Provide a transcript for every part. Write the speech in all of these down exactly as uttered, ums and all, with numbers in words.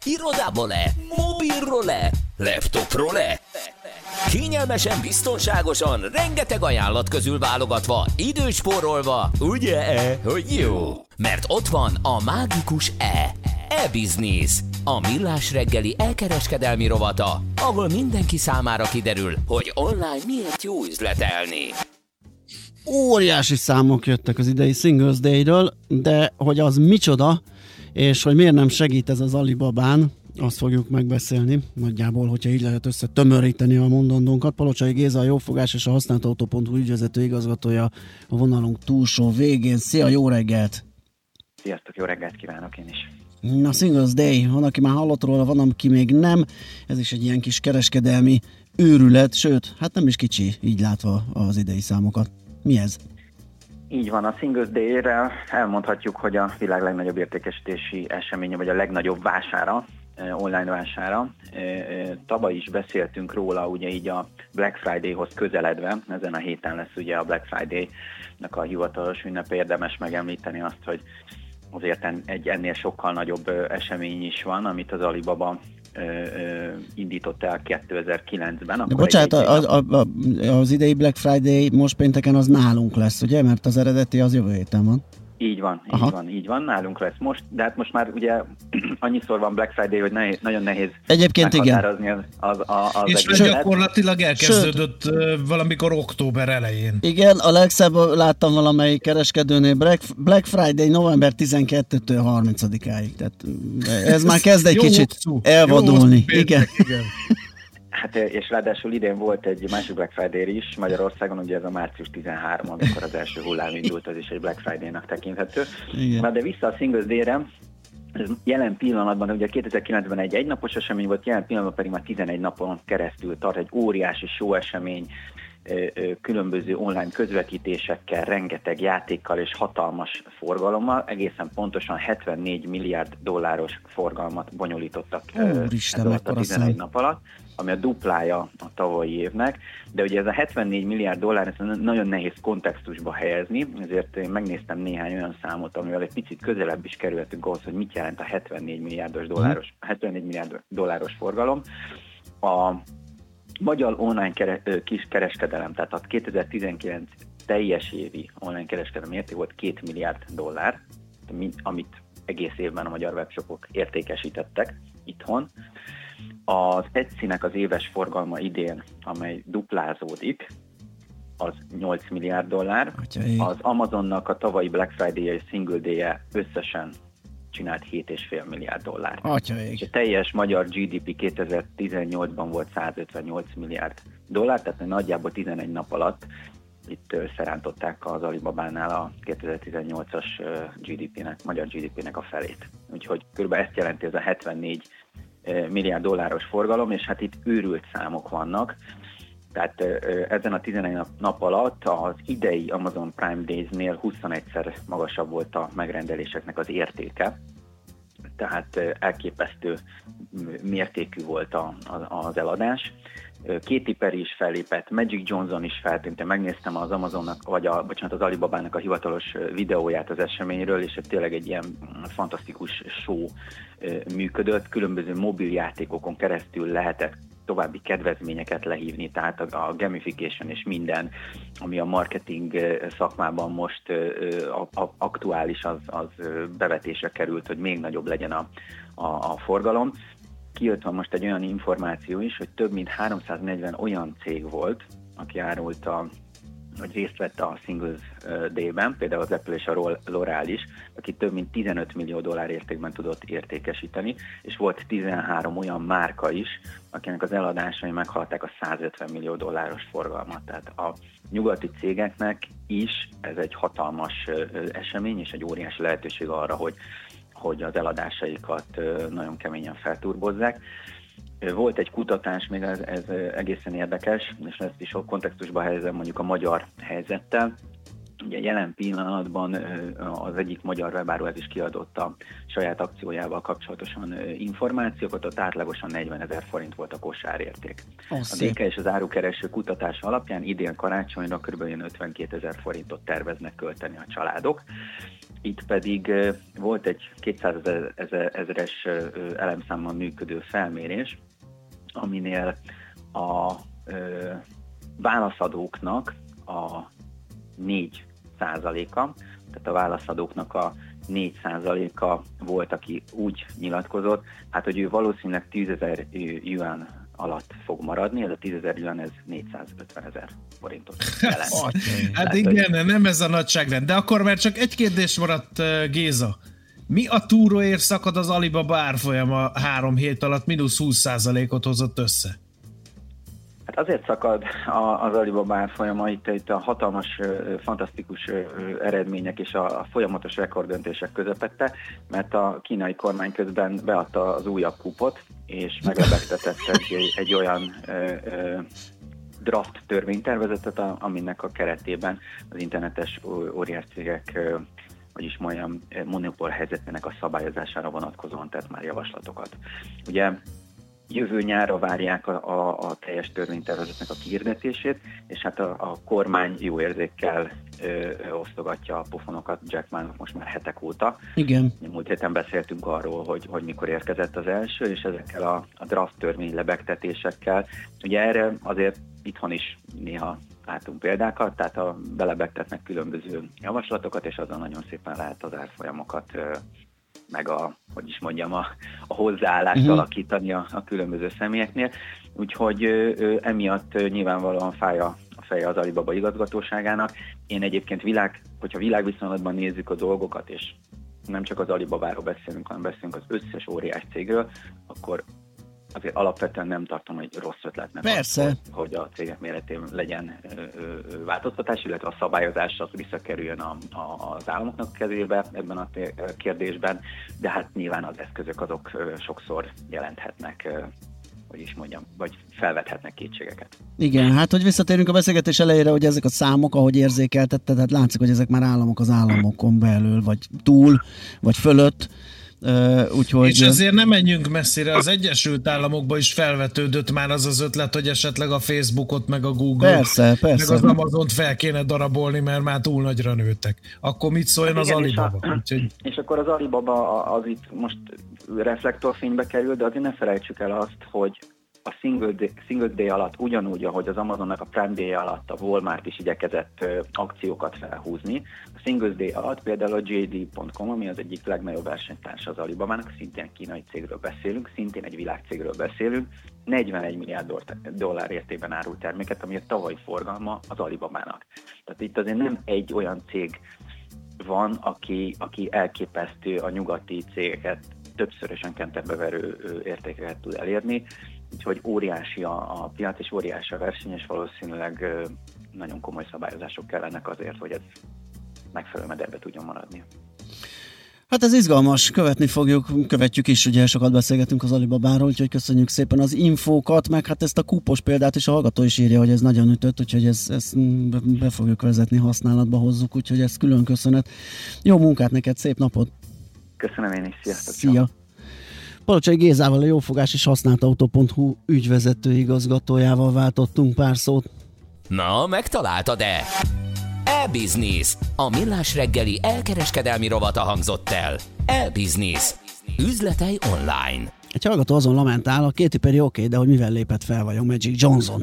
Irodából-e? Mobilról-e? Laptopról-e? Kényelmesen, biztonságosan, rengeteg ajánlat közül válogatva, időspórolva, ugye-e, hogy jó? Mert ott van a mágikus E. E-Business, a millás reggeli elkereskedelmi rovata, ahol mindenki számára kiderül, hogy online miért jó üzletelni. Óriási számok jöttek az idei Singles Day-ről, de hogy az micsoda, és hogy miért nem segít ez az Alibabán, azt fogjuk megbeszélni, nagyjából, hogyha így lehet összetömöríteni a mondandónkat. Palocsai Géza, a Jófogás és a használtautó pont hu ügyvezető igazgatója a vonalunk túlsó végén. Szia, jó reggelt! Sziasztok, jó reggelt kívánok én is! Na, Singles Day, van, aki már hallott róla, van, aki még nem. Ez is egy ilyen kis kereskedelmi őrület, sőt, hát nem is kicsi, így látva az idei számokat. Mi ez? Így van, a Singles Day-re elmondhatjuk, hogy a világ legnagyobb értékesítési eseménye, vagy a legnagyobb vására, online vására. Tavaly is beszéltünk róla, ugye így a Black Friday-hoz közeledve, ezen a héten lesz ugye a Black Friday-nak a hivatalos ünnep, érdemes megemlíteni azt, hogy azért egy ennél sokkal nagyobb esemény is van, amit az Alibaba ö, ö, indított el kétezer-kilencben. De bocsánat, a, a, a, az idei Black Friday most pénteken az nálunk lesz, ugye? Mert az eredeti az jövő héten van. Így van, Aha. így van, így van, nálunk lesz most, de hát most már ugye annyiszor van Black Friday, hogy nehéz, nagyon nehéz Egyébként meghatározni igen. az, az, az, az és egészet. gyakorlatilag elkezdődött Sőt. valamikor október elején. Igen, a legszebb láttam valamelyik kereskedőnél Black, Black Friday november tizenkettedikétől harmincadikáig, tehát ez már kezd egy kicsit hosszú, elvadulni. Jó, igen. igen. Hát és ráadásul idén volt egy másik Black Friday is Magyarországon, ugye ez a március tizenharmadika, amikor az első hullám indult, az is egy Black Friday-nak tekinthető. Na de vissza a Singles Day-re, ez jelen pillanatban, ugye kétezer-kilencben egy egynapos esemény volt, jelen pillanatban pedig már tizenegy napon keresztül tart, egy óriási show esemény, különböző online közvetítésekkel, rengeteg játékkal és hatalmas forgalommal, egészen pontosan hetvennégy milliárd dolláros forgalmat bonyolítottak Úristen, ez alatt a tizenegy nap alatt, ami a duplája a tavalyi évnek, de ugye ez a hetvennégy milliárd dollár, ezt nagyon nehéz kontextusba helyezni, ezért én megnéztem néhány olyan számot, amivel egy picit közelebb is kerültünk ahhoz, hogy mit jelent a hetvennégy milliárdos dolláros, hetvennégy milliárd dolláros forgalom. A magyar online kere, kis kereskedelem, tehát a kétezer-tizenkilenc teljes évi online kereskedelem érték volt két milliárd dollár, amit egész évben a magyar webshopok értékesítettek itthon. Az Etsy-nek az éves forgalma idén, amely duplázódik, az nyolc milliárd dollár. Az Amazonnak a tavalyi Black Friday és Single Day-je összesen csinált hét egész öt milliárd dollár. És a teljes magyar gé dé pé kétezer-tizennyolcban volt százötvennyolc milliárd dollár, tehát nagyjából tizenegy nap alatt itt összerántották az Alibabánál a kétezer-tizennyolcas gé dé pének, magyar gé dé pének a felét. Úgyhogy körülbelül ezt jelenti ez a hetvennégy milliárd dolláros forgalom, és hát itt őrült számok vannak. Tehát ezen a tizenegy nap, nap alatt az idei Amazon Prime Days-nél huszonegyszer magasabb volt a megrendeléseknek az értéke. Tehát elképesztő mértékű volt a, a, az eladás. Katy Perry is fellépett, Magic Johnson is feltűnt. Megnéztem az Amazonnak, vagy a, bocsánat, az Alibabának a hivatalos videóját az eseményről, és tényleg egy ilyen fantasztikus show működött. Különböző mobiljátékokon keresztül lehetett további kedvezményeket lehívni, tehát a, a gamification és minden, ami a marketing szakmában most a, a, aktuális, az, az bevetésre került, hogy még nagyobb legyen a, a, a forgalom. Kijött van most egy olyan információ is, hogy több mint háromszáznegyven olyan cég volt, aki árulta, hogy részt vett a Singles Day-ben, például az Apple és a L'Oreal is, aki több mint tizenöt millió dollár értékben tudott értékesíteni, és volt tizenhárom olyan márka is, akinek az eladásai meghaladták a százötven millió dolláros forgalmat. Tehát a nyugati cégeknek is ez egy hatalmas esemény, és egy óriási lehetőség arra, hogy hogy az eladásaikat nagyon keményen felturbozzák. Volt egy kutatás, még ez, ez egészen érdekes, és ezt is kontextusba helyezem mondjuk a magyar helyzettel. Ugye jelen pillanatban az egyik magyar webáruház is kiadott a saját akciójával kapcsolatosan információkat, ott átlagosan negyvenezer forint volt a kosárérték. Oh, a dé ká és az árukereső kutatása alapján idén karácsonyra kb. ötvenkétezer forintot terveznek költeni a családok. itt pedig volt egy kétszázezeres elemszámmal működő felmérés, aminél a ö, válaszadóknak a négy százaléka, tehát a válaszadóknak a négy százaléka volt, aki úgy nyilatkozott, hát hogy ő valószínűleg tízezer yuan alatt fog maradni, ez a tízezer yuan, ez négyszázötvenezer forintot jelent. Hát tehát, igen, hogy... nem ez a nagyságrend, de akkor már csak egy kérdés maradt, Géza. Mi a túróért szakad az Alibaba árfolyama három hét alatt, mínusz húsz százalékot hozott össze? Hát azért szakad az Alibaba árfolyama, itt, itt a hatalmas, fantasztikus eredmények és a folyamatos rekorddöntések közepette, mert a kínai kormány közben beadta az újabb kupot, és meglebegtetett egy, egy olyan ö, ö, draft törvénytervezetet, aminek a keretében az internetes óriáscégek, vagyis mondjam, monopól helyzetének a szabályozására vonatkozóan tett már javaslatokat. Ugye jövő nyárra várják a, a, a teljes törvénytervezetnek a kihirdetését, és hát a, a kormány jó érzékkel ö, ö, osztogatja a pofonokat Jack Ma-nak most már hetek óta. Igen. Múlt héten beszéltünk arról, hogy, hogy mikor érkezett az első, és ezekkel a, a draft törvény lebegtetésekkel. Ugye erre azért itthon is néha látunk példákat, tehát a belebegtetnek különböző javaslatokat, és azon nagyon szépen lehet az árfolyamokat ö, meg a, hogy is mondjam, a, a hozzáállást uh-huh. alakítani a, a különböző személyeknél. Úgyhogy ö, ö, emiatt ö, nyilvánvalóan fáj a, a feje az Alibaba igazgatóságának. Én egyébként világ, hogyha világviszonylatban nézzük a dolgokat, és nem csak az Alibabáról beszélünk, hanem beszélünk az összes óriás cégről, akkor azért alapvetően nem tartom, hogy rossz ötletnek. Persze. Az, hogy a cégek méretén legyen ö, ö, változtatás, illetve a szabályozás az visszakerüljön a, a, az államoknak kezébe ebben a kérdésben, de hát nyilván az eszközök azok ö, sokszor jelenthetnek, ö, hogy is mondjam, vagy felvethetnek kétségeket. Igen, hát hogy visszatérünk a beszélgetés elejére, hogy ezek a számok, ahogy érzékeltetted, tehát látszik, hogy ezek már államok az államokon belül, vagy túl, vagy fölött. Uh, úgyhogy... És ezért nem menjünk messzire, az Egyesült Államokban is felvetődött már az az ötlet, hogy esetleg a Facebookot, meg a Google, persze, persze. meg az Amazont fel kéne darabolni, mert már túl nagyra nőttek. Akkor mit szóljon hát az igen, Alibaba? És, a, úgyhogy... és akkor az Alibaba az itt most reflektorfénybe kerül, de azért ne felejtsük el azt, hogy a Single Day, Single Day alatt ugyanúgy, ahogy az Amazonnak a Prime Day alatt a Walmart is igyekezett ö, akciókat felhúzni. A Single Day alatt például a J D pont com, ami az egyik legnagyobb versenytársa az Alibabának, szintén kínai cégről beszélünk, szintén egy világcégről beszélünk, negyvenegy milliárd dollár értékben árult terméket, ami a tavalyi forgalma az Alibabának. Tehát itt azért nem egy olyan cég van, aki, aki elképesztő a nyugati cégeket többszörösen kentebbe verő értékeket tud elérni. Úgyhogy óriási a, a piac, és óriási a verseny, és valószínűleg ö, nagyon komoly szabályozások kellenek azért, hogy ez megfelelő mederbe tudjon maradni. Hát ez izgalmas, követni fogjuk, követjük is, ugye sokat beszélgetünk az Alibabáról, úgyhogy köszönjük szépen az infókat, meg hát ezt a kúpos példát is a hallgató is írja, hogy ez nagyon ütött, úgyhogy ezt, ezt be fogjuk vezetni, használatba hozzuk, úgyhogy ez külön köszönet. Jó munkát neked, szép napot! Köszönöm én is, sziasztok! Szia! Palocsai Gézával, a Jófogás és Használtautó pont hu ügyvezető igazgatójával váltottunk pár szót. Na, megtaláltad-e? E-Business. A millás reggeli elkereskedelmi rovata hangzott el. E-Business. Üzletei online. Egy hallgató azon lamentál, a két oké, okay, de hogy mivel lépett fel vajon Magic Johnson?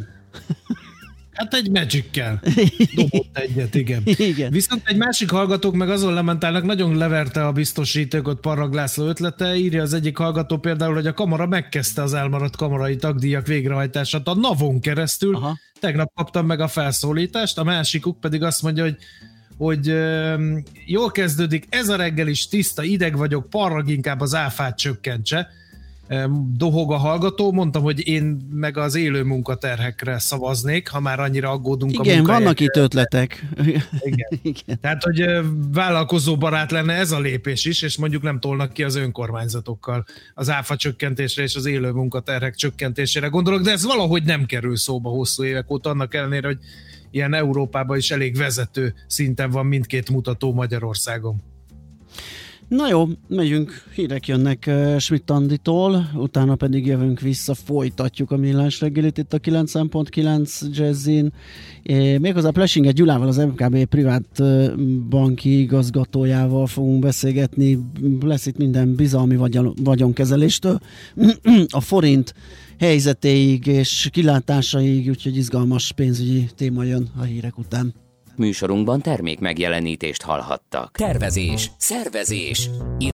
Hát egy Magic-kel dobott egyet, igen. igen. Viszont egy másik hallgatók meg azon lamentálnak, nagyon leverte a biztosítékot Parrag László ötlete, írja az egyik hallgató például, hogy a kamara megkezdte az elmaradt kamarai tagdíjak végrehajtását a navon keresztül. Aha. Tegnap kaptam meg a felszólítást, a másikuk pedig azt mondja, hogy hogy euh, jól kezdődik, ez a reggel is tiszta, ideg vagyok, Parrag inkább az áfát csökkentse. Dohog a hallgató, mondtam, hogy én meg az élő munkaterhekre szavaznék, ha már annyira aggódunk igen, a munkahelyekre. Igen, vannak itt ötletek. Igen. Igen. Tehát, hogy vállalkozóbarát lenne ez a lépés is, és mondjuk nem tolnak ki az önkormányzatokkal az áfa csökkentésre és az élő munkaterhek csökkentésére gondolok, de ez valahogy nem kerül szóba hosszú évek óta, annak ellenére, hogy ilyen Európában is elég vezető szinten van mindkét mutató Magyarországon. Na jó, megyünk, hírek jönnek uh, Schmidt-Anditól, utána pedig jövünk vissza, folytatjuk a millás reggelit itt a kilencven pont kilenc Jazzin. É, méghozzá Plesinger Gyulával, az em ká bé privát uh, banki igazgatójával fogunk beszélgetni. Lesz itt minden bizalmi vagyon, vagyonkezeléstől a forint helyzetéig és kilátásaig, úgyhogy izgalmas pénzügyi téma jön a hírek után. Műsorunkban termék megjelenítést hallhattak. Tervezés, szervezés,